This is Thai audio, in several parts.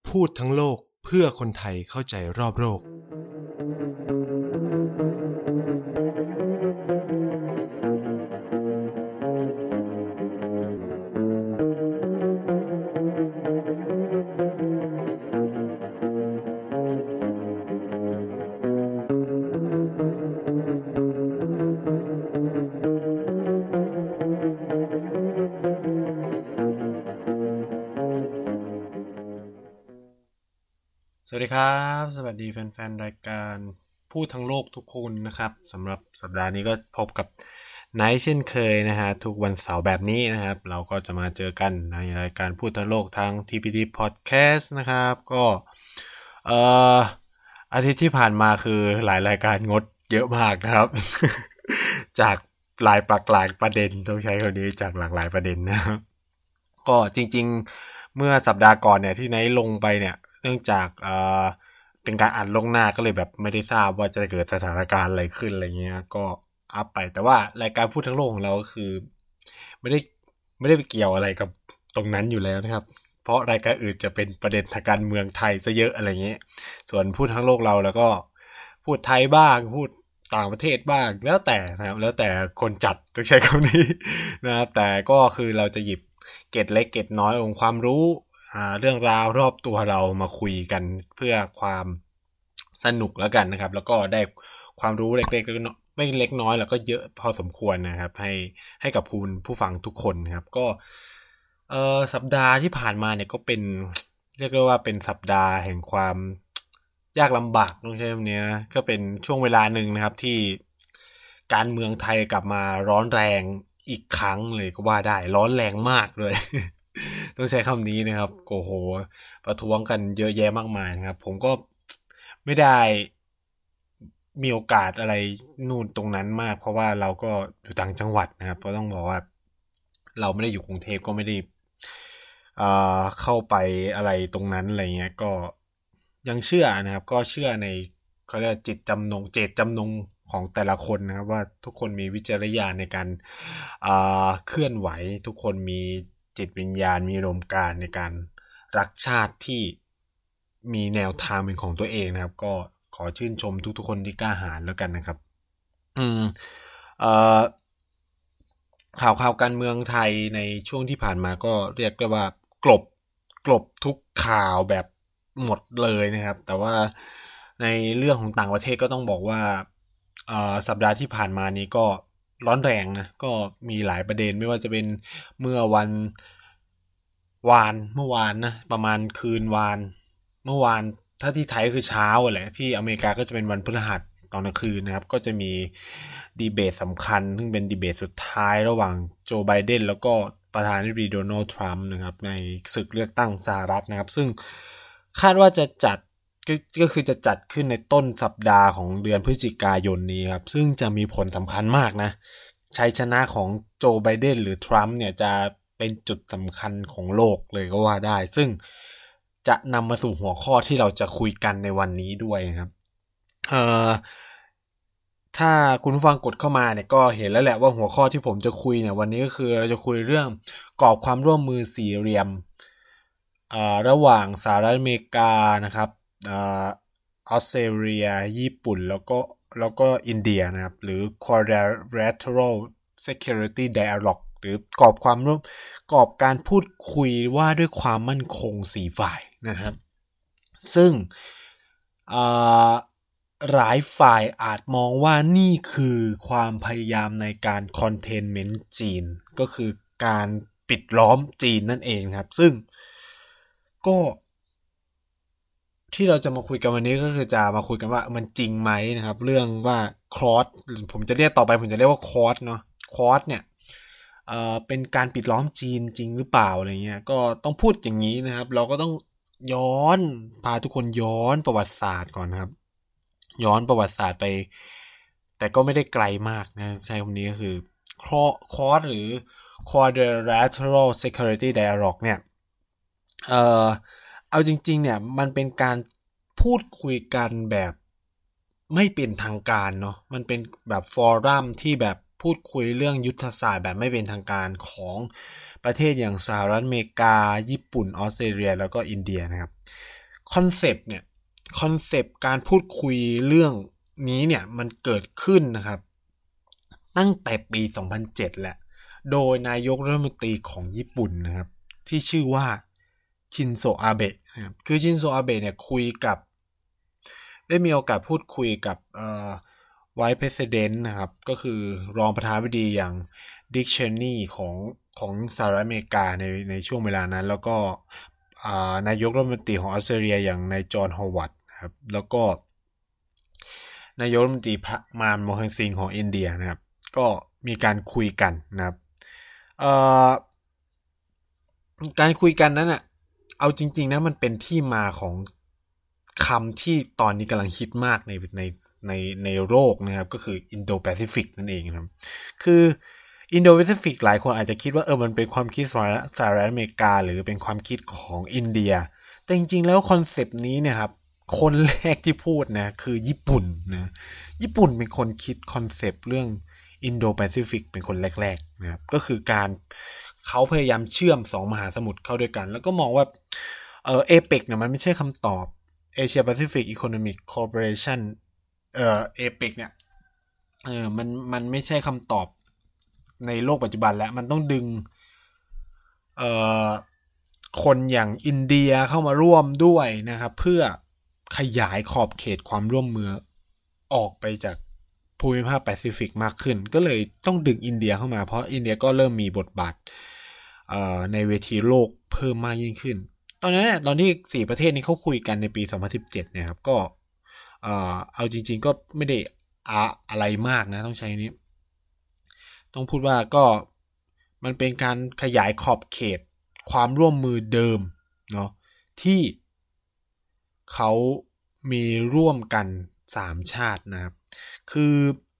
พูดทั้งโลกเพื่อคนไทยเข้าใจรอบโลกสวัสดีครับสวัสดีแฟนๆรายการพูดทั้งโลกทุกคนนะครับสำหรับสัปดาห์นี้ก็พบกับไนท์เช่นเคยนะฮะทุกวันเสาร์แบบนี้นะครับเราก็จะมาเจอกันในรายการพูดทั้งโลกทาง TPD Podcast นะครับก็เอ่ออาทิตย์ที่ผ่านมาคือหลายรายการงดเยอะมากนะครับ จากหลายประเด็นต้องใช้คำนี้จากหลากหลายประเด็นนะครับก็จริงๆเมื่อสัปดาห์ก่อนเนี่ยที่ไนท์ลงไปเนี่ยเนื่องจากเป็นการอ่านล่วงหน้าก็เลยแบบไม่ได้ทราบว่าจะเกิดสถานการณ์อะไรขึ้นอะไรเงี้ยก็อัพไปแต่ว่ารายการพูดทั้งโลกของเราก็คือไม่ได้ไปเกี่ยวอะไรกับตรงนั้นอยู่แล้วนะครับเพราะรายการอื่นจะเป็นประเด็นทางการเมืองไทยซะเยอะอะไรเงี้ยส่วนพูดทั้งโลกเราแล้วก็พูดไทยบ้างพูดต่างประเทศบ้างแล้วแต่นะครับแล้วแต่คนจัดต้องใช้คำนี้นะครับแต่ก็คือเราจะหยิบเกร็ดเล็กเกร็ดน้อยองค์ความรู้เรื่องราวรอบตัวเรามาคุยกันเพื่อความสนุกแล้วกันนะครับแล้วก็ได้ความรู้เล็กๆไม่เล็กน้อยแล้วก็เยอะพอสมควรนะครับให้กับคุณผู้ฟังทุกคนนะครับก็สัปดาห์ที่ผ่านมาเนี่ยก็เป็นเรียกได้ว่าเป็นสัปดาห์แห่งความยากลำบากต้องใช้คำนี้นะก็เป็นช่วงเวลาหนึ่งนะครับที่การเมืองไทยกลับมาร้อนแรงอีกครั้งเลยก็ว่าได้ร้อนแรงมากเลย ต้องใช้คำนี้นะครับโอ้โหประท้วงกันเยอะแยะมากมายนะครับผมก็ไม่ได้มีโอกาสอะไรนู่นตรงนั้นมากเพราะว่าเราก็อยู่ต่างจังหวัดนะครับเพราะต้องบอกว่าเราไม่ได้อยู่กรุงเทพก็ไม่ได้เข้าไปอะไรตรงนั้นอะไรเงี้ยก็ยังเชื่อนะครับก็เชื่อในเขาเรียกเจตจำนงของแต่ละคนนะครับว่าทุกคนมีวิจารณญาณในการเคลื่อนไหวทุกคนมีจิตวิญญาณมีอารมณ์การในการรักชาติที่มีแนวทางเป็นของตัวเองนะครับก็ขอชื่นชมทุกๆคนที่กล้าหาญแล้วกันนะครับเอ่อข่าวการเมืองไทยในช่วงที่ผ่านมาก็เรียกได้ว่ากลบทุกข่าวแบบหมดเลยนะครับแต่ว่าในเรื่องของต่างประเทศก็ต้องบอกว่าสัปดาห์ที่ผ่านมานี้ก็ร้อนแรงนะก็มีหลายประเด็นไม่ว่าจะเป็นเมื่อเมื่อวานนะประมาณคืนเมื่อวานถ้าที่ไทยคือเช้าแหละที่อเมริกาก็จะเป็นวันพฤหัสตอนกลางคืนนะครับก็จะมีดีเบตสำคัญซึ่งเป็นดีเบตสุดท้ายระหว่างโจไบเดนแล้วก็ประธานาธิบดีโดนัลด์ทรัมป์นะครับในศึกเลือกตั้งสหรัฐนะครับซึ่งคาดว่าจะจัดก็คือจะจัดขึ้นในต้นสัปดาห์ของเดือนพฤศจิกายนนี้ครับซึ่งจะมีผลสำคัญมากนะชัยชนะของโจไบเดนหรือทรัมป์เนี่ยจะเป็นจุดสำคัญของโลกเลยก็ว่าได้ซึ่งจะนำมาสู่หัวข้อที่เราจะคุยกันในวันนี้ด้วยนะครับถ้าคุณผู้ฟังกดเข้ามาเนี่ยก็เห็นแล้วแหละว่าหัวข้อที่ผมจะคุยเนี่ยวันนี้ก็คือเราจะคุยเรื่องกรอบความร่วมมือสี่เหลี่ยมระหว่างสหรัฐอเมริกานะครับออสเตรเลียญี่ปุ่นแล้วก็อินเดียนะครับหรือ Quadrilateral Security Dialogue หรือกรอบการพูดคุยว่าด้วยความมั่นคง4ฝ่ายนะครับซึ่งหลายฝ่ายอาจมองว่านี่คือความพยายามในการ containment จีนก็คือการปิดล้อมจีนนั่นเองครับซึ่งก็ที่เราจะมาคุยกันวันนี้ก็คือจะมาคุยกันว่ามันจริงไหมนะครับเรื่องว่าคอร์สผมจะเรียกว่าคอร์สเนาะคอร์สเนี่ยเป็นการปิดล้อมจีนจริงหรือเปล่าอะไรเงี้ยก็ต้องพูดอย่างนี้นะครับเราก็ต้องพาทุกคนย้อนประวัติศาสตร์ก่อนนะครับย้อนประวัติศาสตร์ไปแต่ก็ไม่ได้ไกลมากนะใช้คำนี้ก็คือคอร์สหรือ Quadrilateral Security Dialogue เนี่ยเอาจริงๆเนี่ยมันเป็นการพูดคุยกันแบบไม่เป็นทางการเนาะมันเป็นแบบฟอรัมที่แบบพูดคุยเรื่องยุทธศาสตร์แบบไม่เป็นทางการของประเทศอย่างสหรัฐอเมริกาญี่ปุ่นออสเตรเลียแล้วก็อินเดียนะครับคอนเซปต์การพูดคุยเรื่องนี้เนี่ยมันเกิดขึ้นนะครับตั้งแต่ปี 2007 แหละโดยนายกรัฐมนตรีของญี่ปุ่นนะครับที่ชื่อว่าชินโซอาเบะนะครับคือชินโซอาเบะเนี่ยได้มีโอกาสพูดคุยกับVice President นะครับก็คือรองประธานาธิบดีอย่างดิกเชนนีของสหรัฐอเมริกาในช่วงเวลานั้นแล้วก็นายกรัฐมนตรีของออสเตรเลียอย่างนายจอห์นฮาวาร์ดครับแล้วก็นายกรัฐมนตรีมานโมฮันซิงของอินเดียนะครับก็มีการคุยกันนะครับการคุยกันนั้นอ่ะเอาจริงๆนะมันเป็นที่มาของคำที่ตอนนี้กำลังฮิตมากในโลกนะครับก็คือ Indo-Pacific นั่นเองครับคือ Indo-Pacific หลายคนอาจจะคิดว่ามันเป็นความคิดสหรัฐอเมริกาหรือเป็นความคิดของอินเดียแต่จริงๆแล้วคอนเซปต์นี้เนี่ยครับคนแรกที่พูดนะคือญี่ปุ่นนะญี่ปุ่นเป็นคนคิดคอนเซปต์เรื่อง Indo-Pacific เป็นคนแรกๆนะครับก็คือการเขาพยายามเชื่อม2มหาสมุทรเข้าด้วยกันแล้วก็มองว่าเอเปกเนี่ยมันไม่ใช่คำตอบ Asia Pacific Economic Cooperationเอเปกเนี่ยมันไม่ใช่คำตอบในโลกปัจจุบันแล้วมันต้องดึงคนอย่างอินเดียเข้ามาร่วมด้วยนะครับเพื่อขยายขอบเขตความร่วมมือออกไปจากภูมิภาคแปซิฟิกมากขึ้นก็เลยต้องดึงอินเดียเข้ามาเพราะอินเดียก็เริ่มมีบทบาทในเวทีโลกเพิ่มมากยิ่งขึ้นตอนที่4ประเทศนี้เขาคุยกันในปี2017เนี่ยครับก็เอาจริงๆก็ไม่ได้อะไรมากนะต้องใช้นี้ต้องพูดว่าก็มันเป็นการขยายขอบเขตความร่วมมือเดิมเนาะที่เขามีร่วมกัน3ชาตินะครับคือ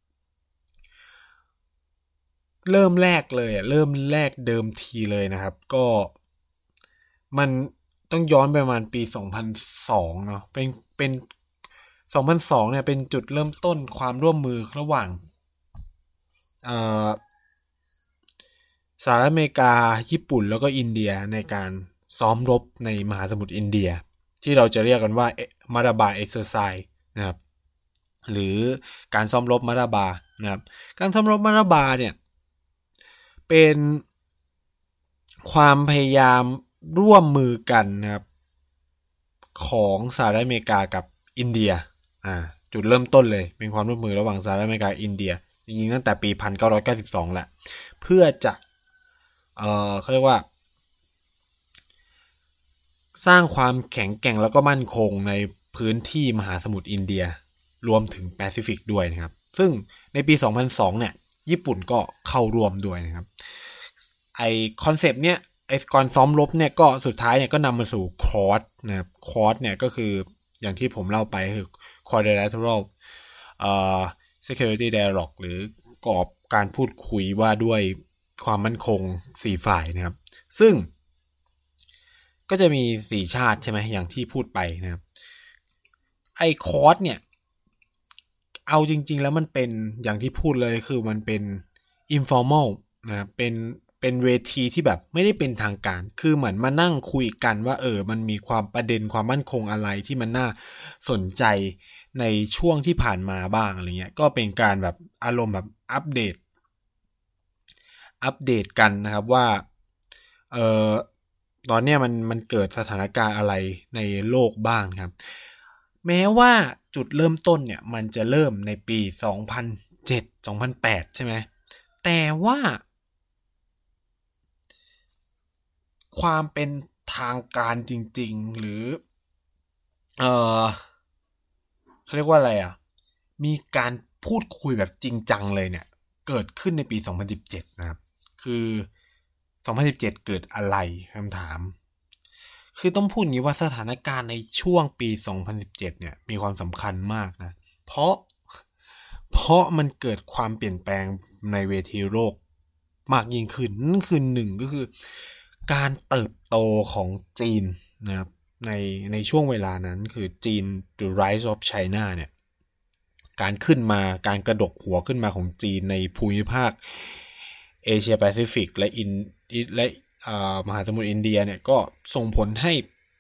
เริ่มแรกเดิมทีเลยนะครับก็มันต้องย้อนไปประมาณปี2002เนาะเป็น2002เนี่ยเป็นจุดเริ่มต้นความร่วมมือระหว่างสหรัฐอเมริกาญี่ปุ่นแล้วก็อินเดียในการซ้อมรบในมหาสมุทรอินเดียที่เราจะเรียกกันว่ามาราบาเอ็กซ์เซอร์ไซส์นะครับหรือการซ้อมรบมาราบานะครับการซ้อมรบมาราบาเนี่ยเป็นความพยายามร่วมมือกันนะครับของสหรัฐอเมริกากับอินเดียจุดเริ่มต้นเลยเป็นความร่วมมือระหว่างสหรัฐอเมริกาอินเดียจริงๆตั้งแต่ปี1992แหละเพื่อจะเขาเรียกว่าสร้างความแข็งแกร่งแล้วก็มั่นคงในพื้นที่มหาสมุทรอินเดียรวมถึงแปซิฟิกด้วยนะครับซึ่งในปี2002เนี่ยญี่ปุ่นก็เข้าร่วมด้วยนะครับไอคอนเซปต์เนี้ยไอการซ้อมรบเนี่ยก็สุดท้ายเนี่ยก็นำมาสู่คอร์สนะครับคอร์สเนี่ยก็คืออย่างที่ผมเล่าไปคือ quadrilateral security dialogue หรือกรอบการพูดคุยว่าด้วยความมั่นคง4ฝ่ายนะครับซึ่งก็จะมี4ชาติใช่ไหมอย่างที่พูดไปนะครับไอคอร์สเนี่ยเอาจริงๆแล้วมันเป็นอย่างที่พูดเลยคือมันเป็น informal นะครับเป็นเวทีที่แบบไม่ได้เป็นทางการคือเหมือนมานั่งคุยกันว่ามันมีความประเด็นความมั่นคงอะไรที่มันน่าสนใจในช่วงที่ผ่านมาบ้างอะไรเงี้ยก็เป็นการแบบอารมณ์แบบอัปเดตกันนะครับว่าตอนเนี้ยมันเกิดสถานการณ์อะไรในโลกบ้างครับแม้ว่าจุดเริ่มต้นเนี่ยมันจะเริ่มในปี2007-2008ใช่ไหมแต่ว่าความเป็นทางการจริงๆหรือเขาเรียกว่าอะไรมีการพูดคุยแบบจริงจังเลยเนี่ยเกิดขึ้นในปี2017นะครับคือ2017เกิดอะไรคำถามคือต้องพูดอย่างนี้ว่าสถานการณ์ในช่วงปี2017เนี่ยมีความสำคัญมากนะเพราะมันเกิดความเปลี่ยนแปลงในเวทีโลกมากยิ่งขึ้นนั่นคือหนึ่งก็คือการเติบโตของจีนนะครับในช่วงเวลานั้นคือจีน The Rise of China เนี่ยการขึ้นมาการกระดกหัวขึ้นมาของจีนในภูมิภาคเอเชียแปซิฟิกและมหาสมุทรอินเดียเนี่ยก็ส่งผลให้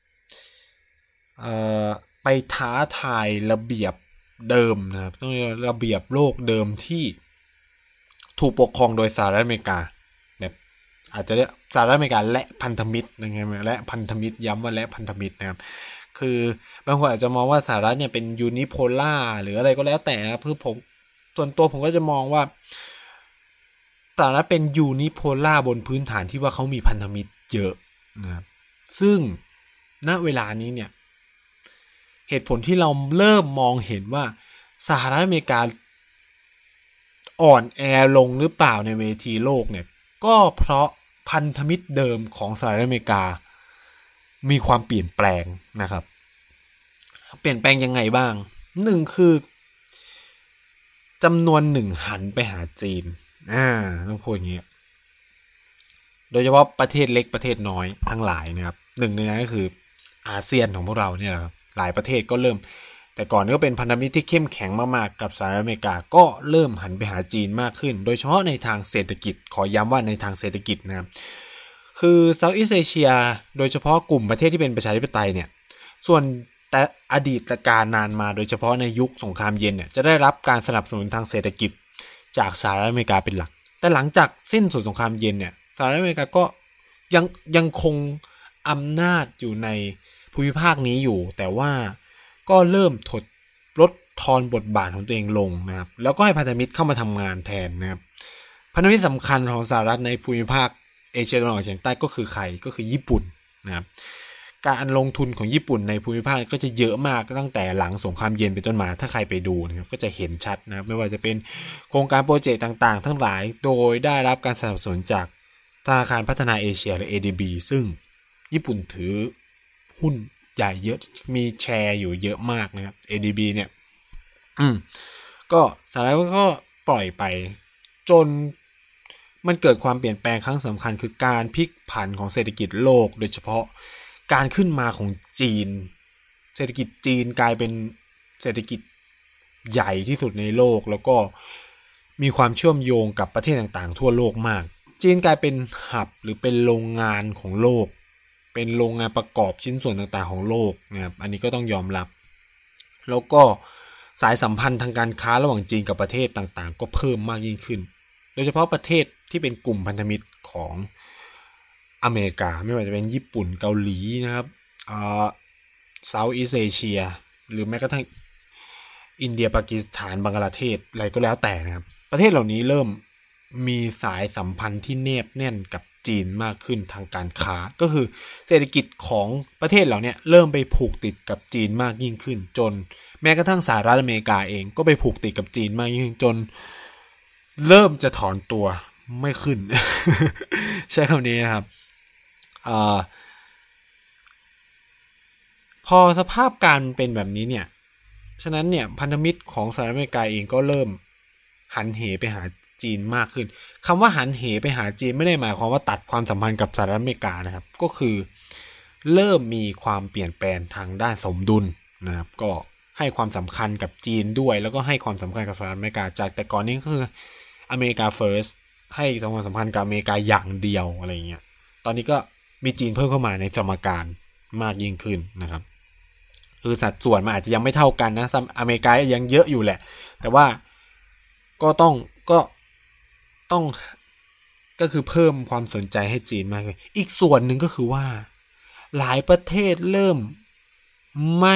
ไปท้าทายระเบียบเดิมนะครับต้องระเบียบโลกเดิมที่ถูกปกครองโดยสหรัฐอเมริกาแบบอาจจะเรียกสหรัฐอเมริกาและพันธมิตรนะครับและพันธมิตรย้ำว่าและพันธมิตรนะครับคือบางคนอาจจะมองว่าสหรัฐเนี่ยเป็นยูนิโพล่าหรืออะไรก็แล้วแต่นะคือผมส่วนตัวผมก็จะมองว่าสหรัฐเป็นยูนิโพล่าบนพื้นฐานที่ว่าเขามีพันธมิตรเยอะนะครับซึ่งณเวลานี้เนี่ยเหตุผลที่เราเริ่มมองเห็นว่าสหรัฐอเมริกาอ่อนแอลงหรือเปล่าในเวทีโลกเนี่ยก็เพราะพันธมิตรเดิมของสหรัฐอเมริกามีความเปลี่ยนแปลงนะครับเปลี่ยนแปลงยังไงบ้างหนึ่งคือจำนวนหนึ่งหันไปหาจีนต้องพูดอย่างนี้โดยเฉพาะประเทศเล็กประเทศน้อยทั้งหลายนะครับหนึ่งในนั้นก็คืออาเซียนของพวกเราเนี่ยครับหลายประเทศก็เริ่มแต่ก่อนก็เป็นพันธมิตรที่เข้มแข็งมากๆกับสหรัฐอเมริกาก็เริ่มหันไปหาจีนมากขึ้นโดยเฉพาะในทางเศรษฐกิจขอย้ำว่าในทางเศรษฐกิจนะครับคือเซาท์อีสต์เอเชียโดยเฉพาะกลุ่มประเทศที่เป็นประชาธิปไตยเนี่ยส่วนแต่อดีตการนานมาโดยเฉพาะในยุคสงครามเย็นเนี่ยจะได้รับการสนับสนุนทางเศรษฐกิจจากสหรัฐอเมริกาเป็นหลักแต่หลังจากสิ้นสุดสงครามเย็นเนี่ยสหรัฐอเมริกาก็ยังคงอำนาจอยู่ในภูมิภาคนี้อยู่แต่ว่าก็เริ่มลดทอนบทบาทของตัวเองลงนะครับแล้วก็ให้พันธมิตรเข้ามาทำงานแทนนะครับพันธมิตรสำคัญของสหรัฐในภูมิภาคเอเชียตะวันออกเฉียงใต้ก็คือใครก็คือญี่ปุ่นนะครับการลงทุนของญี่ปุ่นในภูมิภาคก็จะเยอะมากตั้งแต่หลังสงครามเย็นเป็นต้นมาถ้าใครไปดูนะครับก็จะเห็นชัดนะครับไม่ว่าจะเป็นโครงการโปรเจกต์ต่างๆทั้งหลายโดยได้รับการสนับสนุนจากธนาคารพัฒนาเอเชียหรือ ADB ซึ่งญี่ปุ่นถือหุ้นใหญ่เยอะมีแชร์อยู่เยอะมากนะครับ ADB เนี่ยก็สหรัฐก็ปล่อยไปจนมันเกิดความเปลี่ยนแปลงครั้งสำคัญคือการพลิกผันของเศรษฐกิจโลกโดยเฉพาะการขึ้นมาของจีนเศรษฐกิจจีนกลายเป็นเศรษฐกิจใหญ่ที่สุดในโลกแล้วก็มีความเชื่อมโยงกับประเทศต่างๆทั่วโลกมากจีนกลายเป็นหับหรือเป็นโรงงานของโลกเป็นโรงงานประกอบชิ้นส่วนต่างๆของโลกนะครับอันนี้ก็ต้องยอมรับแล้วก็สายสัมพันธ์ทางการค้าระหว่างจีนกับประเทศต่างๆก็เพิ่มมากยิ่งขึ้นโดยเฉพาะประเทศที่เป็นกลุ่มพันธมิตรของอเมริกาไม่ว่าจะเป็นญี่ปุ่นเกาหลีนะครับเซาท์อีสต์เอเชียหรือแม้กระทั่งอินเดียปากีสถานบังกลาเทศอะไรก็แล้วแต่นะครับประเทศเหล่านี้เริ่มมีสายสัมพันธ์ที่แนบแน่นกับจีนมากขึ้นทางการค้าก็คือเศรษฐกิจของประเทศเหล่านี้เริ่มไปผูกติดกับจีนมากยิ่งขึ้นจนแม้กระทั่งสหรัฐอเมริกาเองก็ไปผูกติดกับจีนมากยิ่งขึ้นจนเริ่มจะถอนตัวไม่ขึ้น ใช้คำนี้นะครับพอสภาพการเป็นแบบนี้เนี่ยฉะนั้นเนี่ยพันธมิตรของสหรัฐอเมริกาเองก็เริ่มหันเหไปหาจีนมากขึ้นคำว่าหันเหไปหาจีนไม่ได้หมายความว่าตัดความสัมพันธ์กับสหรัฐอเมริกานะครับก็คือเริ่มมีความเปลี่ยนแปลงทางด้านสมดุลนะครับก็ให้ความสำคัญกับจีนด้วยแล้วก็ให้ความสำคัญกับสหรัฐอเมริกาจากแต่ก่อนนี้ก็คืออเมริกา first ให้ความสัมพันธ์กับอเมริกาอย่างเดียวอะไรเงี้ยตอนนี้ก็มีจีนเพิ่มเข้ามาในสมการมากยิ่งขึ้นนะครับคือสัดส่วนมันอาจจะยังไม่เท่ากันนะอเมริกายังเยอะอยู่แหละแต่ว่าก็ต้องก็คือเพิ่มความสนใจให้จีนมากขึ้นอีกส่วนหนึ่งก็คือว่าหลายประเทศเริ่มไม่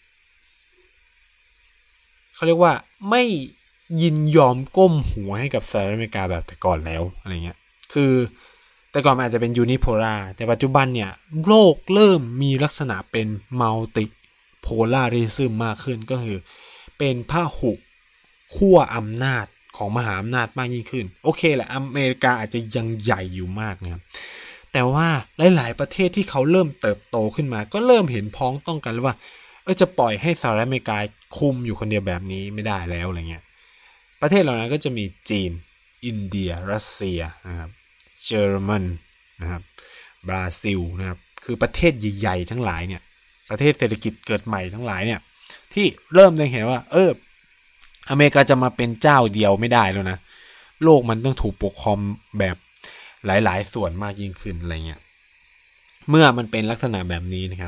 เขาเรียกว่าไม่ยินยอมก้มหัวให้กับสหรัฐอเมริกาแบบแต่ก่อนแล้วอะไรเงี้ยคือแต่ก่อนมันอาจจะเป็นยูนิโพล่าแต่ปัจจุบันเนี่ยโลกเริ่มมีลักษณะเป็นมัลติโพลาริซึมมากขึ้นก็คือเป็นพหุขั้วอำนาจของมหาอำนาจมากยิ่งขึ้นโอเคแหละอเมริกาอาจจะยังใหญ่อยู่มากนะครับแต่ว่าหลายๆประเทศที่เขาเริ่มเติบโตขึ้นมาก็เริ่มเห็นพ้องต้องกันแล้วว่าจะปล่อยให้สหรัฐอเมริกาคุมอยู่คนเดียวแบบนี้ไม่ได้แล้วอะไรเงี้ยประเทศเหล่านั้นก็จะมีจีนอินเดียรัสเซียนะครับเยอรมันนะครับบราซิลนะครับคือประเทศใหญ่ๆทั้งหลายเนี่ยประเทศเศรษฐกิจเกิดใหม่ทั้งหลายเนี่ยที่เริ่มได้เห็นว่าอเมริกาจะมาเป็นเจ้าเดียวไม่ได้แล้วนะโลกมันต้องถูกปกครองแบบหลายๆส่วนมากยิ่งขึ้นอะไรเงี้ยเมื่อมันเป็นลักษณะแบบนี้นะครับ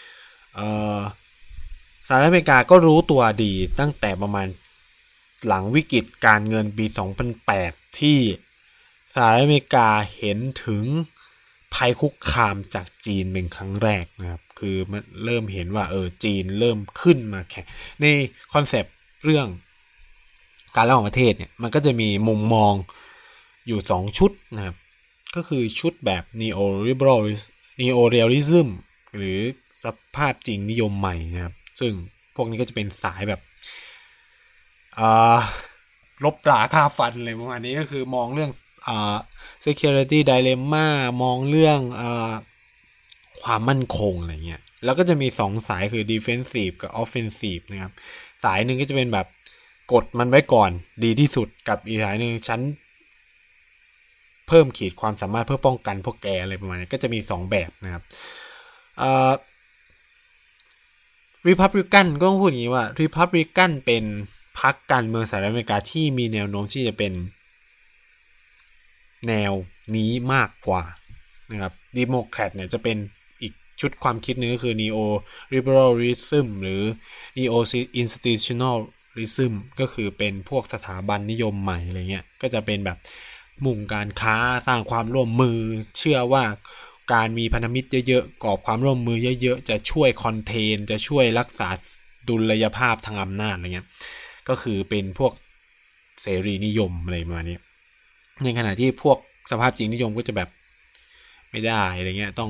สหรัฐอเมริกาก็รู้ตัวดีตั้งแต่ประมาณหลังวิกฤตการเงินปี2008ที่สหรัฐอเมริกาเห็นถึงภัยคุกคามจากจีนเป็นครั้งแรกนะครับคือมันเริ่มเห็นว่าจีนเริ่มขึ้นมาแข่งในคอนเซปต์เรื่องการระหว่างประเทศเนี่ยมันก็จะมีมุมมองอยู่2ชุดนะครับก็คือชุดแบบ neoliberalism หรือสภาพจริงนิยมใหม่นะครับซึ่งพวกนี้ก็จะเป็นสายแบบลบราค่าฟันอะไรประมาณนี้ก็คือมองเรื่องsecurity dilemma มองเรื่องความมั่นคงอะไรเงี้ยแล้วก็จะมี2สายคือ defensive กับ offensive นะครับสายหนึ่งก็จะเป็นแบบกดมันไว้ก่อนดีที่สุดกับอีกสายหนึ่งฉันเพิ่มขีดความสามารถเพื่อป้องกันพวกแกอะไรประมาณนี้ก็จะมี2แบบนะครับRepublican ก็ต้องพูดอย่างนี้ว่า Republican เป็นพรรคการเมืองสหรัฐอเมริกาที่มีแนวโน้มที่จะเป็นแนวนี้มากกว่านะครับ Democrat เนี่ยจะเป็นอีกชุดความคิดนึงก็คือ Neo Liberalism หรือ Neo Institutionalism ก็คือเป็นพวกสถาบันนิยมใหม่อะไรเงี้ยก็จะเป็นแบบมุ่งการค้าสร้างความร่วมมือเชื่อว่าการมีพันธมิตรเยอะๆกอบความร่วมมือเยอะๆจะช่วยคอนเทนจะช่วยรักษาดุลยภาพทางอำนาจอะไรเงี้ยก็คือเป็นพวกเสรีนิยมอะไรประมาณนี้ในขณะที่พวกสภาพจริงนิยมก็จะแบบไม่ได้อะไรเงี้ยต้อง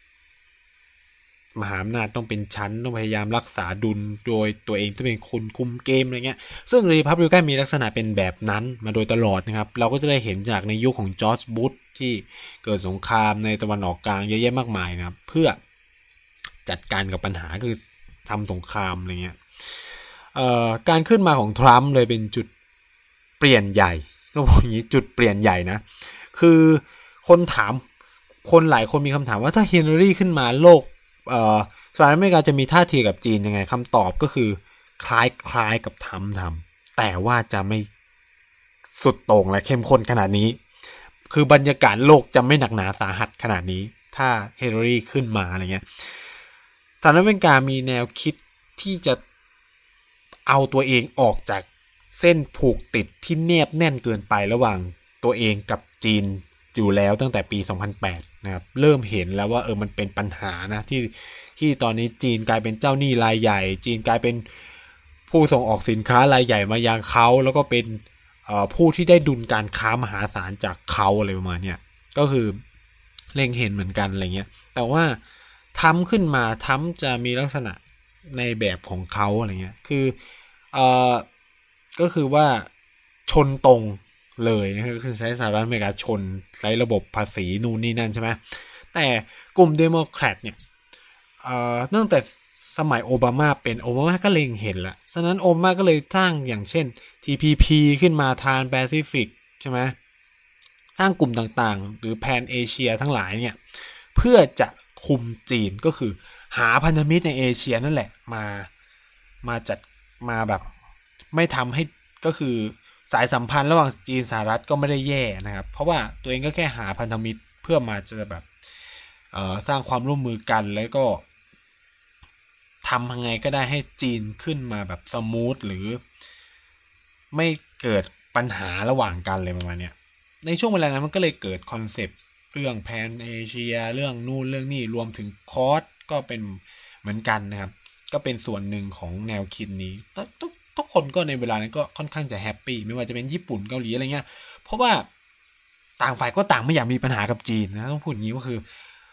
มหาอำนาจต้องเป็นชั้นต้องพยายามรักษาดุลโดยตัวเองต้องเป็นคนคุมเกมอะไรเงี้ยซึ่งรีพับลิกันมีลักษณะเป็นแบบนั้นมาโดยตลอดนะครับเราก็จะได้เห็นจากในยุคของจอร์จบุชที่เกิดสงครามในตะวันออกกลางเยอะแยะมากมายนะครับเพื่อจัดการกับปัญหาคือทำสงครามอะไรเงี้ยการขึ้นมาของทรัมป์เลยเป็นจุดเปลี่ยนใหญ่ต้องบอกอย่างนี้จุดเปลี่ยนใหญ่นะคือคนหลายคนมีคำถามว่าถ้าฮิลลารีขึ้นมาโลกสหรัฐอเมริกาจะมีท่าทีกับจีนยังไงคำตอบก็คือคล้ายกับทำแต่ว่าจะไม่สุดโต่งและเข้มข้นขนาดนี้คือบรรยากาศโลกจะไม่หนักหนาสาหัสขนาดนี้ถ้าฮิลลารีขึ้นมาอะไรเงี้ยสหรัฐอเมริกามีแนวคิดที่จะเอาตัวเองออกจากเส้นผูกติดที่แนบแน่นเกินไประหว่างตัวเองกับจีนอยู่แล้วตั้งแต่ปี2008นะครับเริ่มเห็นแล้วว่ามันเป็นปัญหานะที่ตอนนี้จีนกลายเป็นเจ้าหนี้รายใหญ่จีนกลายเป็นผู้ส่งออกสินค้ารายใหญ่มายังเขาแล้วก็เป็นผู้ที่ได้ดุลการค้ามหาศาลจากเขาอะไรประมาณเนี้ยก็คือเล็งเห็นเหมือนกันอะไรเงี้ยแต่ว่าทำขึ้นมาทำจะมีลักษณะในแบบของเขาอะไรเงี้ยคือก็คือว่าชนตรงเลยนะคือใช้สหรัฐอเมริกาชนใช้ระบบภาษีนู่นนี่นั่นใช่ไหมแต่กลุ่มเดโมแครตเนี่ยเนื่องแต่สมัยโอบามาเป็นโอบามาก็เล็งเห็นละฉะนั้นโอบามาก็เลยสร้างอย่างเช่น TPP ขึ้นมาทานแปซิฟิกใช่ไหมสร้างกลุ่มต่างๆหรือแพนเอเชียทั้งหลายเนี่ยเพื่อจะคุมจีนก็คือหาพันธมิตรในเอเชียนั่นแหละมาจัดมาแบบไม่ทำให้ก็คือสายสัมพันธ์ระหว่างจีนสหรัฐก็ไม่ได้แย่นะครับเพราะว่าตัวเองก็แค่หาพันธมิตรเพื่อมาจะแบบสร้างความร่วมมือกันแล้วก็ทำยังไงก็ได้ให้จีนขึ้นมาแบบสมูทหรือไม่เกิดปัญหาระหว่างกันเลยประมาณนี้ในช่วงเวลานั้นมันก็เลยเกิดคอนเซปต์เรื่องแพนเอเชียเรื่องนู่นเรื่องนี่รวมถึงคอร์สก็เป็นเหมือนกันนะครับก็เป็นส่วนหนึ่งของแนวคิดนี้ทุกคนก็ในเวลานั้นก็ค่อนข้างจะแฮปปี้ไม่ว่าจะเป็นญี่ปุ่นเกาหลีอะไรเงี้ยเพราะว่าต่างฝ่ายก็ต่างไม่อยากมีปัญหากับจีนนะต้องพูดอย่างนี้ก็คือ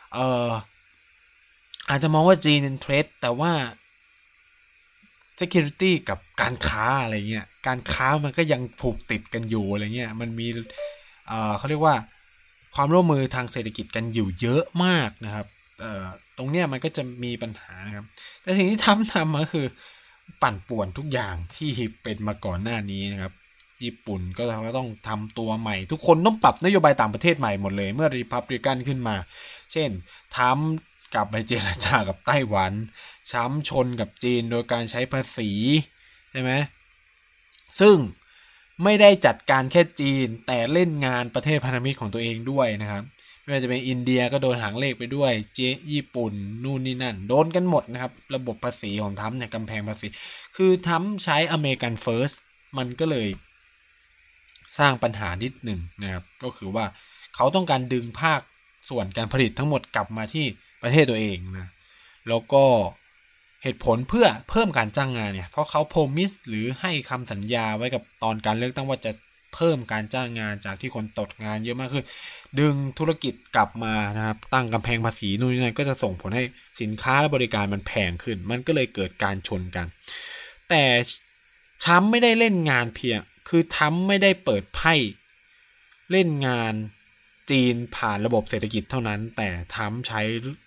อาจจะมองว่าจีนเป็นเทรดแต่ว่า security กับการค้าอะไรเงี้ยการค้ามันก็ยังผูกติดกันอยู่อะไรเงี้ยมันมีเขาเรียกว่าความร่วมมือทางเศรษฐกิจกันอยู่เยอะมากนะครับตรงเนี้ยมันก็จะมีปัญหานะครับแต่สิ่งที่ทำก็คือปั่นป่วนทุกอย่างที่เป็นมาก่อนหน้านี้นะครับญี่ปุ่นก็ต้องทำตัวใหม่ทุกคนต้องปรับนโยบายต่างประเทศใหม่หมดเลยเมื่อรีพับลิกันขึ้นมาเช่นทำกลับไปเจรจากับไต้หวันช้ำชนกับจีนโดยการใช้ภาษีใช่ไหมซึ่งไม่ได้จัดการแค่จีนแต่เล่นงานประเทศพันธมิตรของตัวเองด้วยนะครับไม่ว่าจะเป็นอินเดียก็โดนหางเลขไปด้วยญี่ปุ่นนู่นนี่นั่นโดนกันหมดนะครับระบบภาษีของทรัมป์เนี่ยกำแพงภาษีคือทรัมป์ใช้อเมริกันเฟิร์สมันก็เลยสร้างปัญหานิดหนึ่งนะครับก็คือว่าเขาต้องการดึงภาคส่วนการผลิตทั้งหมดกลับมาที่ประเทศตัวเองนะแล้วก็เหตุผลเพื่อเพิ่มการจ้างงานเนี่ยเพราะเขาโพมิสหรือให้คำสัญญาไว้กับตอนการเลือกตั้งว่าจะเพิ่มการจ้างงานจากที่คนตกงานเยอะมากขึ้นดึงธุรกิจกลับมานะครับตั้งกำแพงภาษีนู่นนี่นั่นก็จะส่งผลให้สินค้าและบริการมันแพงขึ้นมันก็เลยเกิดการชนกันแต่ทรัมป์ไม่ได้เล่นงานเพียงคือทรัมป์ไม่ได้เปิดไพ่เล่นงานจีนผ่านระบบเศรษฐกิจเท่านั้นแต่ทรัมป์ใช้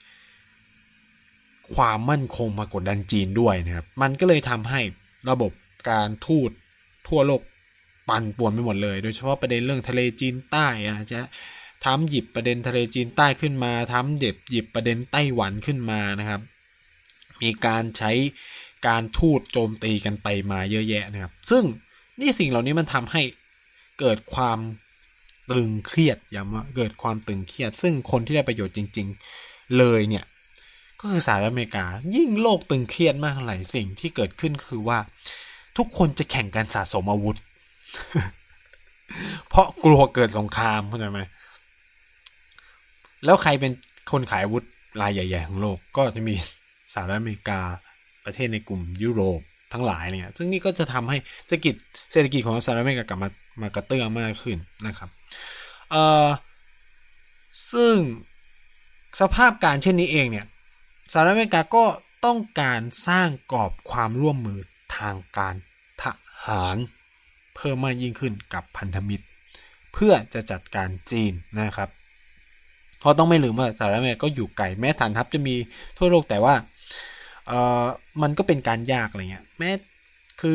ความมั่นคงมากดดันจีนด้วยนะครับมันก็เลยทำให้ระบบการทูตทั่วโลกปั่นป่วนไปหมดเลยโดยเฉพาะประเด็นเรื่องทะเลจีนใต้จะทำหยิบประเด็นทะเลจีนใต้ขึ้นมาทำหยิบประเด็นไต้หวันขึ้นมานะครับมีการใช้การทูตโจมตีกันไปมาเยอะแยะนะครับซึ่งนี่สิ่งเหล่านี้มันทำให้เกิดความตึงเครียดย้ำว่าเกิดความตึงเครียดซึ่งคนที่ได้ประโยชน์จริงๆเลยเนี่ยก็คือสหรัฐอเมริกายิ่งโลกตึงเครียดมากเท่าไหร่สิ่งที่เกิดขึ้นคือว่าทุกคนจะแข่งกันสะสมอาวุธ เพราะกลัวเกิดสงครามเข้าใจไหมแล้วใครเป็นคนขายอาวุธรายใหญ่ๆของโลกก็จะมีสหรัฐอเมริกาประเทศในกลุ่มยุโรปทั้งหลายเนี่ยซึ่งนี่ก็จะทำให้เศรษฐกิจของสหรัฐอเมริกากลับมากระเตื้องมากขึ้นนะครับซึ่งสภาพการเช่นนี้เองเนี่ยสหรัฐอเมริกาก็ต้องการสร้างกรอบความร่วมมือทางการทหารเพิ่มมากยิ่งขึ้นกับพันธมิตรเพื่อจะจัดการจีนนะครับเพราะต้องไม่ลืมว่าสหรัฐอเมริกาก็อยู่ไกลแม้ฐานทัพจะมีทั่วโลกแต่ว่ามันก็เป็นการยากอะไรเงี้ยแม้คือ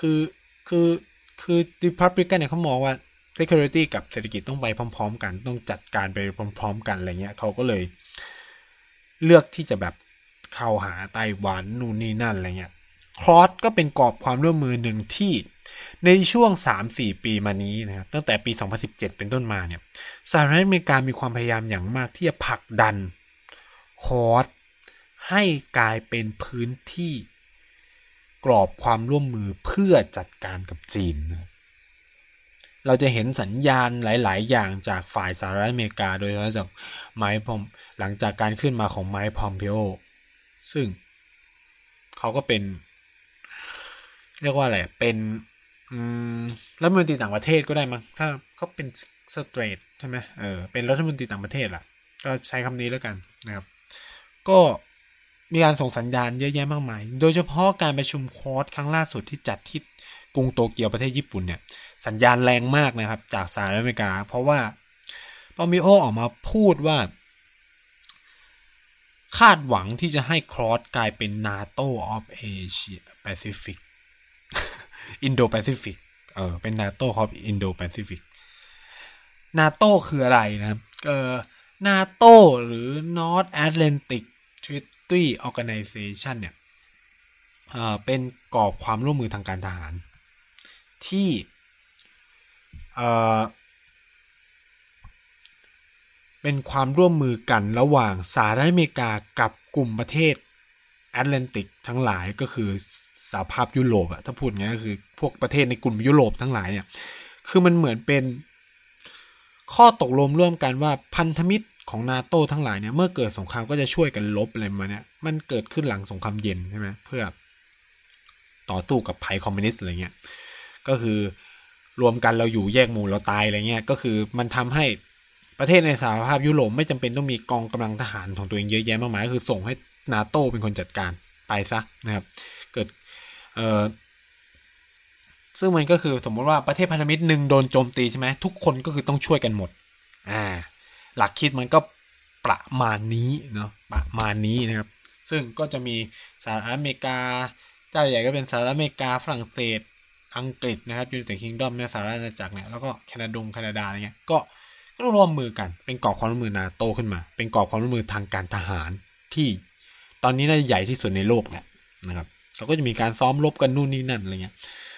Republican เนี่ยเขามองว่า security กับเศรษฐกิจต้องไปพร้อมๆกันต้องจัดการไปพร้อมๆกันอะไรเงี้ยเขาก็เลยเลือกที่จะแบบเข้าหาไต้หวันนู่นนี่นั่นอะไรเงี้ยคลอสก็เป็นกรอบความร่วมมือหนึ่งที่ในช่วง 3-4 ปีมานี้นะครับตั้งแต่ปี 2017 เป็นต้นมาเนี่ยสหรัฐอเมริกามีความพยายามอย่างมากที่จะผลักดันคลอสให้กลายเป็นพื้นที่กรอบความร่วมมือเพื่อจัดการกับจีนนะเราจะเห็นสัญญาณหลายๆอย่างจากฝ่ายสหรัฐอเมริกาโดยเฉพาะจากไมค์พอมหลังจากการขึ้นมาของไมค์พอมเพโอซึ่งเขาก็เป็นเรียกว่าอะไรเป็นรัฐมนตรีต่างประเทศก็ได้มั้งถ้าเขาเป็นสเตรทใช่ไหมเป็นรัฐมนตรีต่างประเทศล่ะก็ใช้คำนี้แล้วกันนะครับก็มีการส่งสัญญาณเยอะแยะมากมายโดยเฉพาะการประชุมคอร์สครั้งล่าสุดที่จัดที่กรุงโตเกียวประเทศญี่ปุ่นเนี่ยสัญญาณแรงมากนะครับจากสหรัฐอเมริกาเพราะว่าปอมปิโอออกมาพูดว่าคาดหวังที่จะให้ครอสกลายเป็น NATO of Asia Pacific Indo Pacific เป็น NATO of Indo Pacific NATO คืออะไรนะครับNATO หรือ North Atlantic Treaty Organization เนี่ยเป็นกรอบความร่วมมือทางการทหารที่เป็นความร่วมมือกันระหว่างสหรัฐอเมริกากับกลุ่มประเทศแอตแลนติกทั้งหลายก็คือสหภาพยุโรปถ้าพูดงี้ก็คือพวกประเทศในกลุ่มยุโรปทั้งหลายเนี่ยคือมันเหมือนเป็นข้อตกลงร่วมกันว่าพันธมิตรของ NATO ทั้งหลายเนี่ยเมื่อเกิดสงครามก็จะช่วยกันลบอะไรมาเนี่ยมันเกิดขึ้นหลังสงครามเย็นใช่ไหมเพื่อต่อสู้กับภัยคอมมิวนิสต์อะไรเงี้ยก็คือรวมกันเราอยู่แยกหมู่เราตายอะไรเงี้ยก็คือมันทำให้ประเทศในสหภาพยุโรปไม่จำเป็นต้องมีกองกำลังทหารของตัวเองเยอะแยะมากมายก็คือส่งให้ NATO เป็นคนจัดการไปซะนะครับเกิดซึ่งมันก็คือสมมติว่าประเทศพันธมิตรหนึ่งโดนโจมตีใช่ไหมทุกคนก็คือต้องช่วยกันหมดหลักคิดมันก็ประมาณนี้เนาะประมาณนี้นะครับซึ่งก็จะมีสหรัฐอเมริกาเจ้าใหญ่ก็เป็นสหรัฐอเมริกาฝรั่งเศสอังกฤษนะครับยูไนเต็ดคิงดอมเนี่ยสหรัฐอาณาจักรเนี่ยแล้วก็แคนาดาอะไรเงี้ยก็ร่วมมือกันเป็นกรอบความร่วมมือ NATO ขึ้นมาเป็นกรอบความร่วมมือทางการทหารที่ตอนนี้น่าจะใหญ่ที่สุดในโลกแหละนะครับเขาก็จะมีการซ้อมรบกันนู่นนี่นั่นอะไรเงี้ย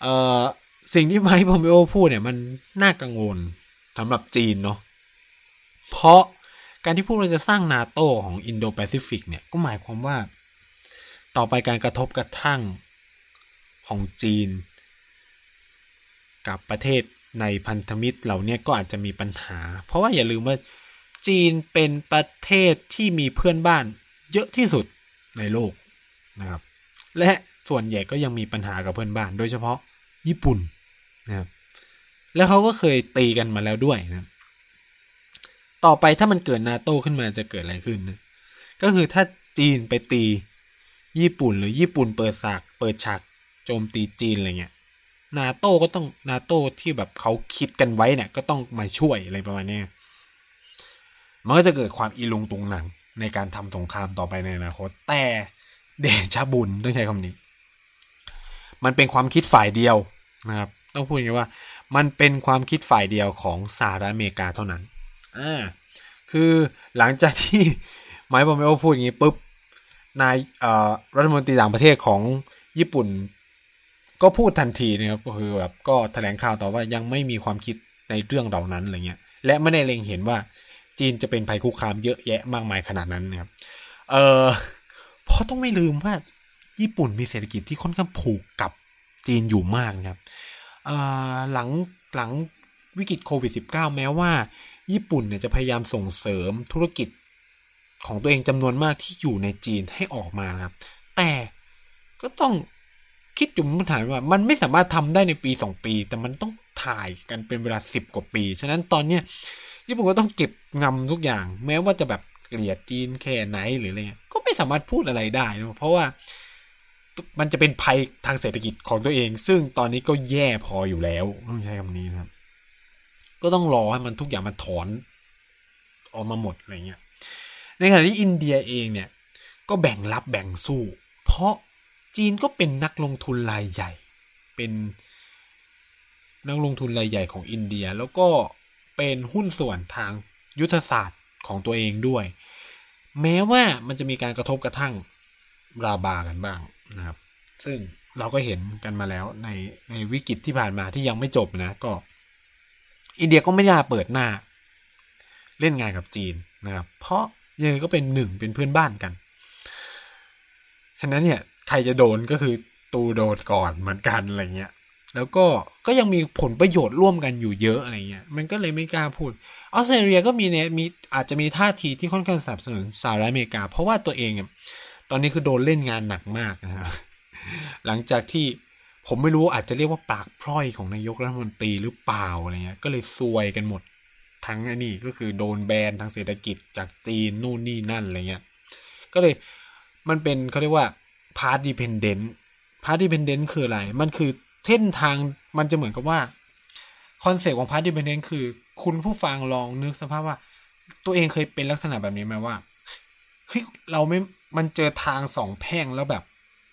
เอ่อสิ่งที่ไมค์พอมเปโอพูดเนี่ยมันน่ากังวลสำหรับจีนเนาะเพราะการที่พวกเราจะสร้างนาโต้ของอินโดแปซิฟิกเนี่ยก็หมายความว่าต่อไปการกระทบกระทั่งของจีนกับประเทศในพันธมิตรเหล่านี้ก็อาจจะมีปัญหาเพราะว่าอย่าลืมว่าจีนเป็นประเทศที่มีเพื่อนบ้านเยอะที่สุดในโลกนะครับและส่วนใหญ่ก็ยังมีปัญหากับเพื่อนบ้านโดยเฉพาะญี่ปุ่นนะครับแล้วเขาก็เคยตีกันมาแล้วด้วยนะต่อไปถ้ามันเกิดนาโต้ขึ้นมาจะเกิดอะไรขึ้นนะก็คือถ้าจีนไปตีญี่ปุ่นหรือญี่ปุ่นเปิดฉากโจมตีจีนอะไรเงี้ยนาโต้ก็ต้องนาโต้ที่แบบเขาคิดกันไว้เนี่ยก็ต้องมาช่วยอะไรประมาณนี้มันก็จะเกิดความอีลุงตุงหนังในการทำสงครามต่อไปในอนาคตแต่เดชะบุญต้องใช้คำนี้มันเป็นความคิดฝ่ายเดียวนะครับต้องพูดอย่างนี้ว่ามันเป็นความคิดฝ่ายเดียวของสหรัฐอเมริกาเท่านั้นคือหลังจากที่ไมค์พอมเปโอพูดอย่างนี้ปุ๊บนายรัฐมนตรีต่างประเทศของญี่ปุ่นก็พูดทันทีนะครับก็คือแบบก็แถลงข่าวต่อว่ายังไม่มีความคิดในเรื่องเหล่านั้นอะไรเงี้ยและไม่ได้เล็งเห็นว่าจีนจะเป็นภัยคุกคามเยอะแยะมากมายขนาดนั้นนะครับเพราะต้องไม่ลืมว่าญี่ปุ่นมีเศรษฐกิจที่ค่อนข้างผูกกับจีนอยู่มากนะครับหลังวิกฤตโควิด -19 แม้ว่าญี่ปุ่นเนี่ยจะพยายามส่งเสริมธุรกิจของตัวเองจำนวนมากที่อยู่ในจีนให้ออกมาครับแต่ก็ต้องคิดอยู่บนฐานว่ามันไม่สามารถทำได้ในปี2ปีแต่มันต้องถ่ายกันเป็นเวลา10กว่าปีฉะนั้นตอนเนี้ยญี่ปุ่นก็ต้องเก็บงำทุกอย่างแม้ว่าจะแบบเกลียดจีนแค่ไหนหรืออะไรเงี้ยก็ไม่สามารถพูดอะไรได้นะเพราะว่ามันจะเป็นภัยทางเศรษฐกิจของตัวเองซึ่งตอนนี้ก็แย่พออยู่แล้วต้องใช้คำนี้นะครับก็ต้องรอให้มันทุกอย่างมันถอนออกมาหมดอะไรเงี้ยในขณะที่อินเดียเองเนี่ยก็แบ่งรับแบ่งสู้เพราะจีนก็เป็นนักลงทุนรายใหญ่เป็นนักลงทุนรายใหญ่ของอินเดียแล้วก็เป็นหุ้นส่วนทางยุทธศาสตร์ของตัวเองด้วยแม้ว่ามันจะมีการกระทบกระทั่งราบากันบ้างนะครับซึ่งเราก็เห็นกันมาแล้วในวิกฤตที่ผ่านมาที่ยังไม่จบนะก็อินเดียก็ไม่ได้เปิดหน้าเล่นงานกับจีนนะครับเพราะยังไงก็เป็นเป็นเพื่อนบ้านกันฉะนั้นเนี่ยใครจะโดนก็คือตูโดนก่อนเหมือนกันอะไรเงี้ยแล้วก็ยังมีผลประโยชน์ร่วมกันอยู่เยอะอะไรเงี้ยมันก็เลยไม่กล้าพูดออสเตรเลียก็มีอาจจะมีท่าทีที่ค่อนข้างสนับสนุนสหรัฐอเมริกาเพราะว่าตัวเองตอนนี้คือโดนเล่นงานหนักมากนะครับหลังจากที่ผมไม่รู้อาจจะเรียกว่าปากพร่อยของนายกรัฐมนตรีหรือเปล่าอะไรเงี้ยก็เลยซวยกันหมดทั้งนี่ก็คือโดนแบนทางเศรษฐกิจจากจีนนู่นนี่นั่นอะไรเงี้ยก็เลยมันเป็นเขาเรียกว่าพาร์ทดิเพนเดนต์คืออะไรมันคือเส้นทางมันจะเหมือนกับว่าคอนเซ็ปต์ของพาร์ทดิเพนเดนต์คือคุณผู้ฟังลองนึกสภาพว่าตัวเองเคยเป็นลักษณะแบบนี้ไหมว่าเฮ้ยเราไม่มันเจอทางสองแพร่งแล้วแบบ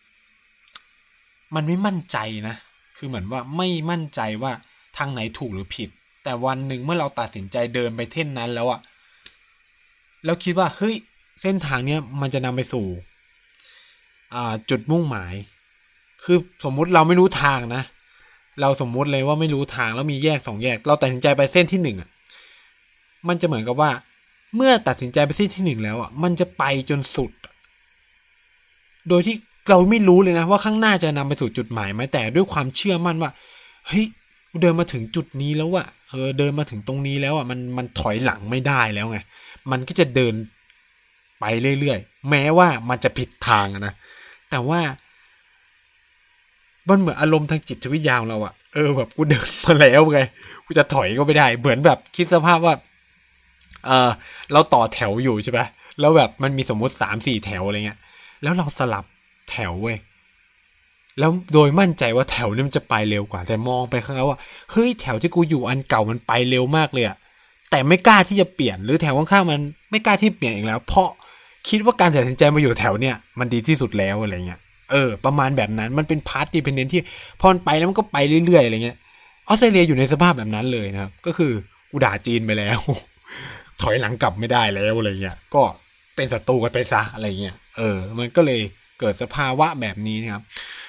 มันไม่มั่นใจนะคือเหมือนว่าไม่มั่นใจว่าทางไหนถูกหรือผิดแต่วันหนึ่งเมื่อเราตัดสินใจเดินไปเส้นนั้นแล้วอะแล้วคิดว่าเฮ้ยเส้นทางเนี้ยมันจะนำไปสู่จุดมุ่งหมายคือสมมุติเราไม่รู้ทางนะเราสมมุติเลยว่าไม่รู้ทางแล้วมีแยก2แยกเราตัดสินใจไปเส้นที่1อ่ะมันจะเหมือนกับว่าเมื่อตัดสินใจไปเส้นที่1แล้วอ่ะมันจะไปจนสุดโดยที่เราไม่รู้เลยนะว่าข้างหน้าจะนำไปสู่จุดหมายไหมแต่ด้วยความเชื่อมั่นว่าเฮ้ยเดินมาถึงจุดนี้แล้วอ่ะเดินมาถึงตรงนี้แล้วอ่ะมันถอยหลังไม่ได้แล้วไงมันก็จะเดินไปเรื่อยๆแม้ว่ามันจะผิดทางนะแต่ว่ามันเหมือนอารมณ์ทางจิตวิทยาของเราอะแบบกูเดินมาแล้วไงกูจะถอยก็ไม่ได้เหมือนแบบคิดสภาพว่าเราต่อแถวอยู่ใช่ปะแล้วแบบมันมีสมมติ 3-4 แถวอะไรเงี้ยแล้วเราสลับแถวเว้ยแล้วโดยมั่นใจว่าแถวนี้มันจะไปเร็วกว่าแต่มองไปข้างแล้วว่าเฮ้ยแถวที่กูอยู่อันเก่ามันไปเร็วมากเลยอะแต่ไม่กล้าที่จะเปลี่ยนหรือแถวข้างๆมันไม่กล้าที่เปลี่ยนอีกแล้วเพราะคิดว่าการตัดสินใจมาอยู่แถวเนี้ยมันดีที่สุดแล้วอะไรเงี้ยประมาณแบบนั้นมันเป็นพาร์ทดิเพนเดนต์ที่พอมันไปแล้วมันก็ไปเรื่อยๆอะไรเงี้ยออสเตรเลียอยู่ในสภาพแบบนั้นเลยนะครับก็คือกูด่าจีนไปแล้วถอยหลังกลับไม่ได้แล้วอะไรเงี้ยก็เป็นศัตรูกันไปซะอะไรเงี้ยมันก็เลยเกิดสภาวะแบบนี้นะครับ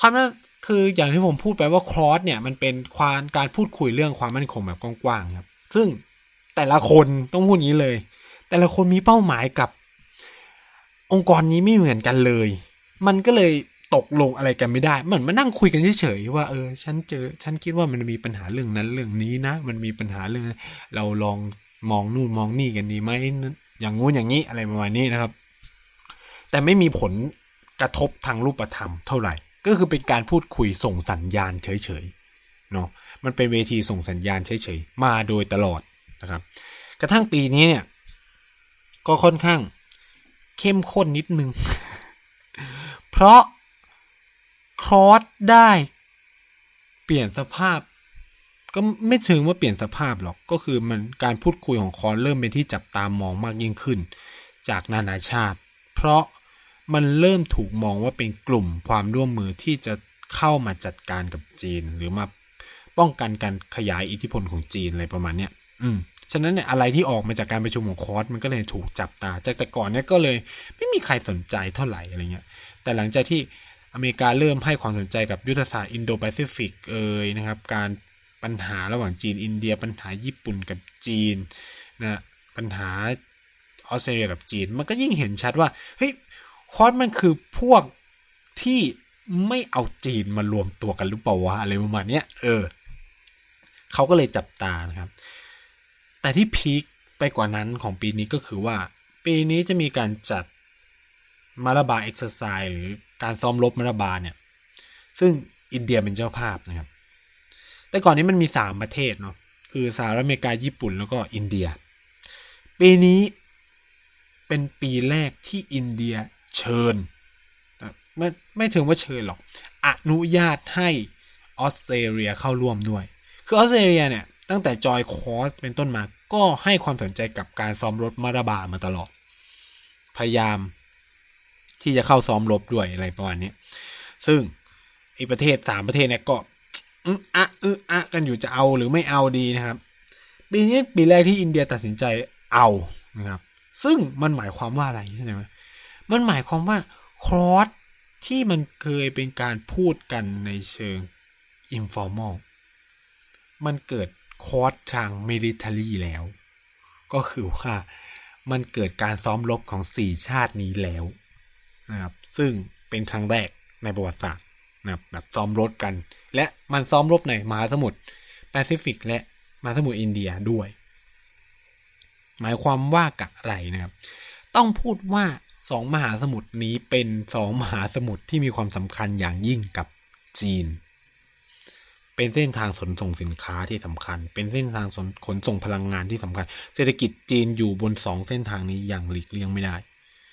ความนั้นคืออย่างที่ผมพูดไปว่าครอสเนี่ยมันเป็นการพูดคุยเรื่องความมั่นคงแบบกว้างๆครับซึ่งแต่ละคนต้องพูดงี้เลยแต่ละคนมีเป้าหมายกับองค์กรนี้ไม่เหมือนกันเลยมันก็เลยตกลงอะไรกันไม่ได้เหมือนมานั่งคุยกันเฉยๆว่าฉันคิดว่ามันมีปัญหาเรื่องนั้นเรื่องนี้นะมันมีปัญหาเรื่องเราลองมองนู่นมองนี่กันดีไหมอย่างงู้นอย่างนี้อะไรประมาณนี้นะครับแต่ไม่มีผลกระทบทางรูปธรรมเท่าไหร่ก็คือเป็นการพูดคุยส่งสัญญาณเฉยๆเนาะมันเป็นเวทีส่งสัญญาณเฉยๆมาโดยตลอดนะครับกระทั่งปีนี้เนี่ยก็ค่อนข้างเข้มข้นนิดนึง เพราะครอสได้เปลี่ยนสภาพก็ไม่ถึงว่าเปลี่ยนสภาพหรอกก็คือมันการพูดคุยของครอสเริ่มเป็นที่จับตามองมากยิ่งขึ้นจากนานาชาติเพราะมันเริ่มถูกมองว่าเป็นกลุ่มความร่วมมือที่จะเข้ามาจัดการกับจีนหรือมาป้องกันการขยายอิทธิพลของจีนอะไรประมาณเนี้ยฉะนั้นเนี่ยอะไรที่ออกมาจากการประชุมของคอร์สมันก็เลยถูกจับตาจากแต่ก่อนเนี่ยก็เลยไม่มีใครสนใจเท่าไหร่อะไรเงี้ยแต่หลังจากที่อเมริกาเริ่มให้ความสนใจกับยุทธศาสตร์อินโดแปซิฟิกนะครับการปัญหาระหว่างจีนอินเดียปัญหาญี่ปุ่นกับจีนนะปัญหาออสเตรเลียกับจีนมันก็ยิ่งเห็นชัดว่าเฮ้ยคอร์สมันคือพวกที่ไม่เอาจีนมารวมตัวกันหรือเปล่าวะอะไรประมาณเนี้ยเขาก็เลยจับตานะครับแต่ที่พีคไปกว่านั้นของปีนี้ก็คือว่าปีนี้จะมีการจัดมาราบาเอ็กซ์ไซส์หรือการซ้อมรบมาราบาเนี่ยซึ่งอินเดียเป็นเจ้าภาพนะครับแต่ก่อนนี้มันมี3ประเทศเนาะคือสหรัฐอเมริกาญี่ปุ่นแล้วก็อินเดียปีนี้เป็นปีแรกที่อินเดียเชิญไม่ถึงว่าเชิญหรอกอนุญาตให้ออสเตรเลียเข้าร่วมด้วยคือออสเตรเลียเนี่ยตั้งแต่จอยคอร์สเป็นต้นมาก็ให้ความสนใจกับการซ้อมรบมาราบามาตลอดพยายามที่จะเข้าซ้อมรบด้วยอะไรประมาณนี้ซึ่งอีกประเทศ3ประเทศเนี่ยก็กันอยู่จะเอาหรือไม่เอาดีนะครับปีนี้ปีแรกที่อินเดียตัดสินใจเอานะครับซึ่งมันหมายความว่าอะไรใช่ไหมมันหมายความว่าคอร์สที่มันเคยเป็นการพูดกันในเชิง informal มันเกิดคอร์สทาง military แล้วก็คือว่ามันเกิดการซ้อมรบของ4ชาตินี้แล้วนะครับซึ่งเป็นครั้งแรกในประวัติศาสตร์นะครับแบบซ้อมรบกันและมันซ้อมรบในมหาสมุทรแปซิฟิกและมหาสมุทรอินเดียด้วยหมายความว่าอะไรนะครับต้องพูดว่า2มหาสมุทรนี้เป็น2มหาสมุทรที่มีความสำคัญอย่างยิ่งกับจีนเป็นเส้นทางขนส่งสินค้าที่สำคัญเป็นเส้นทางขนส่งพลังงานที่สำคัญเศรษฐกิจจีนอยู่บน2เส้นทางนี้อย่างหลีกเลี่ยงไม่ได้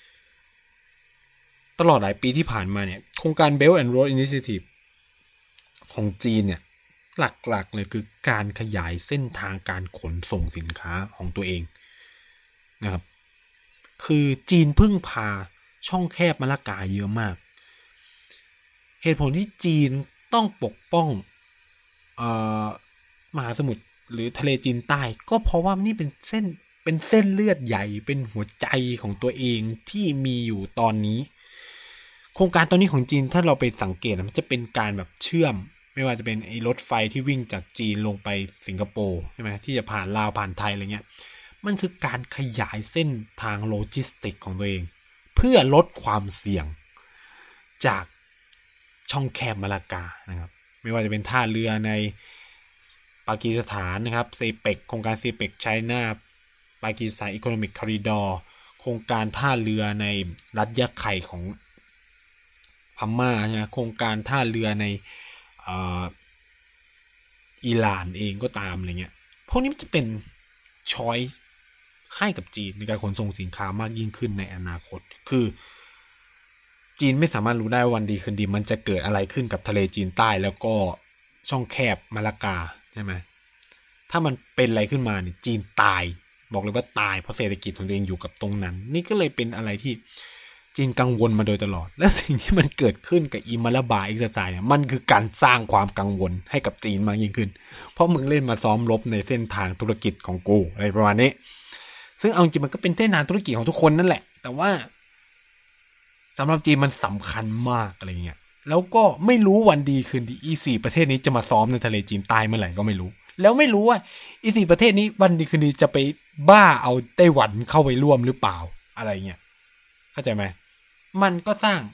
ตลอดหลายปีที่ผ่านมาเนี่ยโครงการ Belt and Road Initiative ของจีนเนี่ยหลักๆเลยคือการขยายเส้นทางการขนส่งสินค้าของตัวเองนะครับคือจีนพึ่งพาช่องแคบมะละกาเยอะมากเหตุผลที่จีนต้องปกป้องมหาสมุทรหรือทะเลจีนใต้ก็เพราะว่านี่เป็นเส้นเลือดใหญ่เป็นหัวใจของตัวเองที่มีอยู่ตอนนี้โครงการตอนนี้ของจีนถ้าเราไปสังเกตมันจะเป็นการแบบเชื่อมไม่ว่าจะเป็นไอ้รถไฟที่วิ่งจากจีนลงไปสิงคโปร์ใช่ไหมที่จะผ่านลาวผ่านไทยอะไรเงี้ยมันคือการขยายเส้นทางโลจิสติกของตัวเองเพื่อลดความเสี่ยงจากช่องแคบมะละกานะครับไม่ว่าจะเป็นท่าเรือในปากีสถานนะครับเซเปกโครงการเซเปกไชน่าปากีสถานอีโคโนมิกคอริดอร์โครงการท่าเรือในรัฐยะไข่ของพม่าใช่ไหมโครงการท่าเรือในอิหร่านเองก็ตามอะไรเงี้ยพวกนี้มันจะเป็นช้อยส์ให้กับจีนในการขนส่งสินค้ามากยิ่งขึ้นในอนาคตคือจีนไม่สามารถรู้ได้วันดีคืนดีมันจะเกิดอะไรขึ้นกับทะเลจีนใต้แล้วก็ช่องแคบมะละกาใช่ไหมถ้ามันเป็นอะไรขึ้นมาเนี่ยจีนตายบอกเลยว่าตายเพราะเศรษฐกิจของตัวเองอยู่กับตรงนั้นนี่ก็เลยเป็นอะไรที่จีนกังวลมาโดยตลอดและสิ่งที่มันเกิดขึ้นกับอิมาลาบาเอ็กซ์ไซเนี่ยมันคือการสร้างความกังวลให้กับจีนมากยิ่งขึ้นเพราะมึงเล่นมาซ้อมรบในเส้นทางธุรกิจของกูอะไรประมาณนี้ซึ่งเอาจริงมันก็เป็นเส้นทางธุรกิจของทุกคนนั่นแหละแต่ว่าสำหรับจีนมันสำคัญมากอะไรเงี้ยแล้วก็ไม่รู้วันดีคืนดีอี4ประเทศนี้จะมาซ้อมในทะเลจีนใต้เมื่อไหร่ก็ไม่รู้แล้วไม่รู้ว่าอี4ประเทศนี้วันดีคืนดีจะไปบ้าเอาไต้หวันเข้าไปร่วมหรือเปล่าอะไรเงี้ยเข้าใจไหมมันก็สร้าง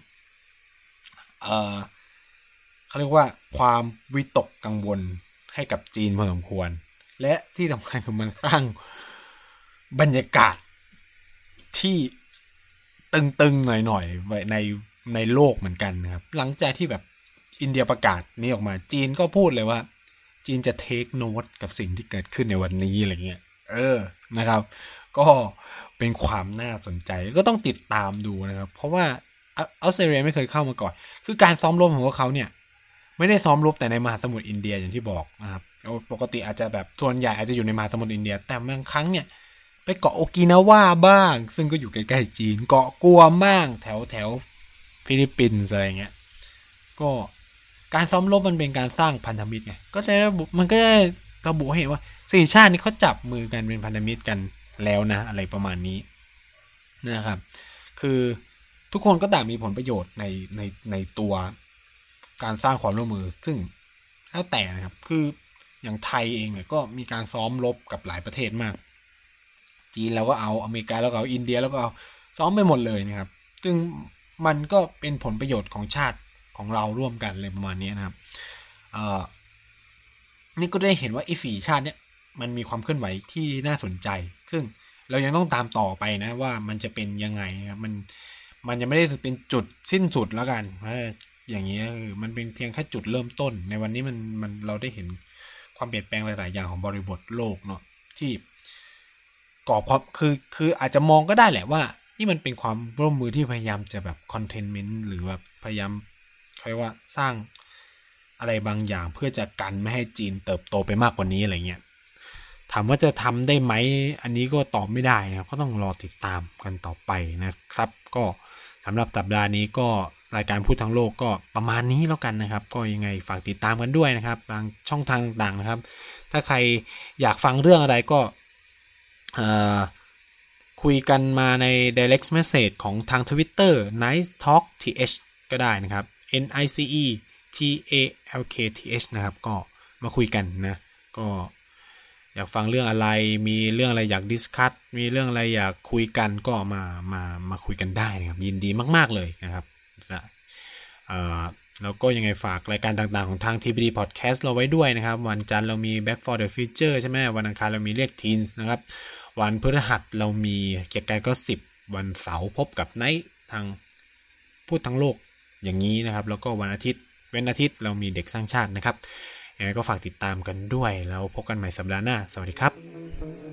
เขาเรียกว่าความวิตกกังวลให้กับจีนพอสมควรและที่สำคัญคือมันสร้างบรรยากาศที่ตึงๆหน่อยๆไว้ในโลกเหมือนกันนะครับหลังจากที่แบบอินเดียประกาศนี้ออกมาจีนก็พูดเลยว่าจีนจะเทคโน้ตกับสิ่งที่เกิดขึ้นในวันนี้อะไรเงี้ยนะครับก็เป็นความน่าสนใจก็ต้องติดตามดูนะครับเพราะว่าออสเตรเลียไม่เคยเข้ามาก่อนคือการซ้อมรบของพวกเขาเนี่ยไม่ได้ซ้อมรบแต่ในมหาสมุทรอินเดียอย่างที่บอกนะครับปกติอาจจะแบบส่วนใหญ่อาจจะอยู่ในมหาสมุทรอินเดียแต่บางครั้งเนี่ยไปเกาะโอกินาวาบ้างซึ่งก็อยู่ใกล้ๆจีนเกาะกัวบ้างแถวฟิลิปปินส์อะไรเงี้ยก็การซ้อมรบมันเป็นการสร้างพันธมิตรไงก็ได้มันก็ได้ระบุให้เห็นว่า4ชาตินี้เขาจับมือกันเป็นพันธมิตรกันแล้วนะอะไรประมาณนี้นะครับคือทุกคนก็ต่างมีผลประโยชน์ในตัวการสร้างความร่วมมือซึ่งแล้วแต่นะครับคืออย่างไทยเองเนี่ยก็มีการซ้อมรบกับหลายประเทศมากจีนเราก็เอาอเมริกาแล้วก็เอาอินเดียแล้วก็เอาซ้อมไปหมดเลยนะครับซึ่งมันก็เป็นผลประโยชน์ของชาติของเราร่วมกันเลยประมาณนี้นะครับนี่ก็ได้เห็นว่า4ชาติเนี่ยมันมีความเคลื่อนไหวที่น่าสนใจซึ่งเรายังต้องตามต่อไปนะว่ามันจะเป็นยังไงครับมันยังไม่ได้เป็นจุดสิ้นสุดแล้วกันอย่างนี้มันเป็นเพียงแค่จุดเริ่มต้นในวันนี้มันเราได้เห็นความเปลี่ยนแปลงหลายๆอย่างของบริบทโลกเนาะที่ก่อความคืออาจจะมองก็ได้แหละว่านี่มันเป็นความร่วมมือที่พยายามจะแบบคอนเทนเมนต์หรือแบบพยายามเรียกว่าสร้างอะไรบางอย่างเพื่อจะกันไม่ให้จีนเติบโตไปมากกว่านี้อะไรเงี้ยถามว่าจะทำได้ไหมอันนี้ก็ตอบไม่ได้นะครับก็ต้องรอติดตามกันต่อไปนะครับก็สำหรับสัปดาห์นี้ก็รายการพูดทั้งโลกก็ประมาณนี้แล้วกันนะครับก็ยังไงฝากติดตามกันด้วยนะครับบางช่องทางต่างๆนะครับถ้าใครอยากฟังเรื่องอะไรก็คุยกันมาใน direct message ของทาง Twitter Nice Talk TH ก็ได้นะครับ NICETALKTH นะครับก็มาคุยกันนะก็อยากฟังเรื่องอะไรมีเรื่องอะไรอยากดิสคัสมีเรื่องอะไรอยากคุยกันก็มาคุยกันได้นะครับยินดีมากๆเลยนะครับแล้วก็ยังไงฝากรายการต่างๆของทาง TPD Podcast เราไว้ด้วยนะครับวันจันทร์เรามี Back for the Future ใช่ไหมวันอังคารเรามีเรียก Teens นะครับวันพฤหัสเรามีเกียร์กายก็10วันเสาร์พบกับไนท์ทางพูดทั้งโลกอย่างนี้นะครับแล้วก็วันอาทิตย์เว้นอาทิตย์เรามีเด็กสร้างชาตินะครับยังไงก็ฝากติดตามกันด้วยแล้วพบกันใหม่สัปดาห์หน้าสวัสดีครับ